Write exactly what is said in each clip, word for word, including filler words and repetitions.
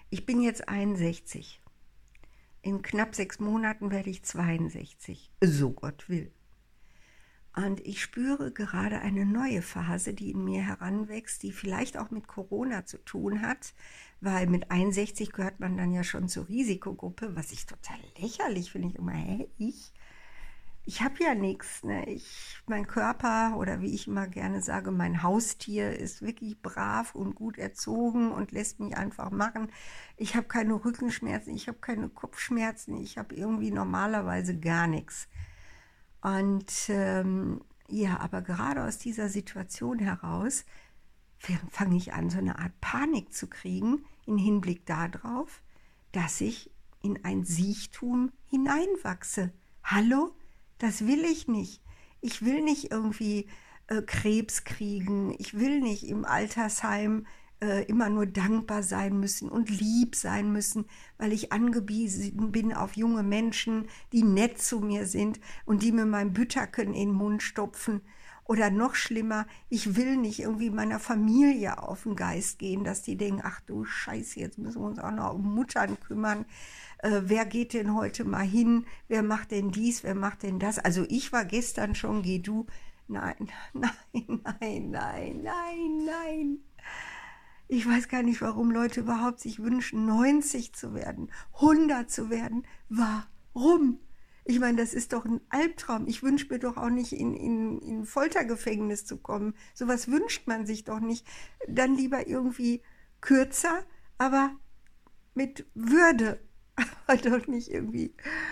Ich bin jetzt einundsechzig. In knapp sechs Monaten werde ich zweiundsechzig. So Gott will. Und ich spüre gerade eine neue Phase, die in mir heranwächst, die vielleicht auch mit Corona zu tun hat, weil mit einundsechzig gehört man dann ja schon zur Risikogruppe, was ich total lächerlich finde. Ich immer, hä, ich? Ich habe ja nichts. Ne? Ich, mein Körper oder wie ich immer gerne sage, mein Haustier ist wirklich brav und gut erzogen und lässt mich einfach machen. Ich habe keine Rückenschmerzen, ich habe keine Kopfschmerzen, ich habe irgendwie normalerweise gar nichts. Und ähm, ja, aber gerade aus dieser Situation heraus fange ich an, so eine Art Panik zu kriegen im Hinblick darauf, dass ich in ein Siechtum hineinwachse. Hallo? Das will ich nicht. Ich will nicht irgendwie äh, Krebs kriegen. Ich will nicht im Altersheim äh, immer nur dankbar sein müssen und lieb sein müssen, weil ich angewiesen bin auf junge Menschen, die nett zu mir sind und die mir mein Bütterken in den Mund stopfen. Oder noch schlimmer, ich will nicht irgendwie meiner Familie auf den Geist gehen, dass die denken, ach du Scheiße, jetzt müssen wir uns auch noch um Muttern kümmern. Äh, wer geht denn heute mal hin? Wer macht denn dies? Wer macht denn das? Also ich war gestern schon, geh du. Nein, nein, nein, nein, nein, nein. Ich weiß gar nicht, warum Leute überhaupt sich wünschen, neunzig zu werden, hundert zu werden. Warum? Ich meine, das ist doch ein Albtraum. Ich wünsche mir doch auch nicht, in, in, in Foltergefängnis zu kommen. Sowas wünscht man sich doch nicht. Dann lieber irgendwie kürzer, aber mit Würde. Aber doch nicht irgendwie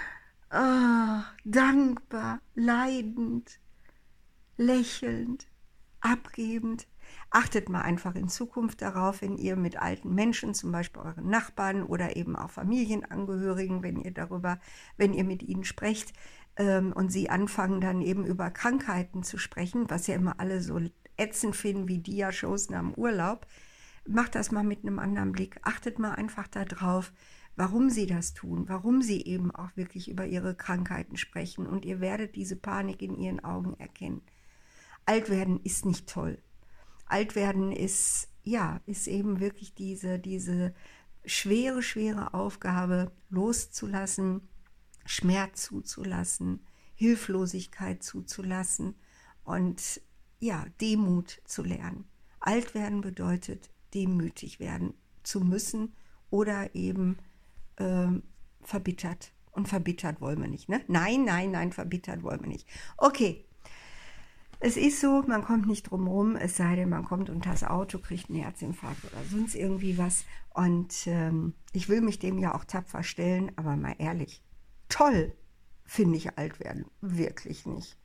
ah, dankbar, leidend, lächelnd, abgebend. Achtet mal einfach in Zukunft darauf, wenn ihr mit alten Menschen, zum Beispiel euren Nachbarn oder eben auch Familienangehörigen, wenn ihr darüber, wenn ihr mit ihnen sprecht ähm, und sie anfangen dann eben über Krankheiten zu sprechen, was ja immer alle so ätzend finden wie Dia-Shows nach dem Urlaub, macht das mal mit einem anderen Blick. Achtet mal einfach darauf, warum sie das tun, warum sie eben auch wirklich über ihre Krankheiten sprechen und ihr werdet diese Panik in ihren Augen erkennen. Alt werden ist nicht toll. Alt werden ist, ja, ist eben wirklich diese, diese schwere, schwere Aufgabe, loszulassen, Schmerz zuzulassen, Hilflosigkeit zuzulassen und ja, Demut zu lernen. Alt werden bedeutet, demütig werden zu müssen oder eben äh, verbittert. Und verbittert wollen wir nicht, ne? Nein, nein, nein, verbittert wollen wir nicht. Okay. Es ist so, man kommt nicht drum rum, es sei denn, man kommt unter das Auto, kriegt einen Herzinfarkt oder sonst irgendwie was. Und ähm, ich will mich dem ja auch tapfer stellen, aber mal ehrlich, toll finde ich alt werden, wirklich nicht.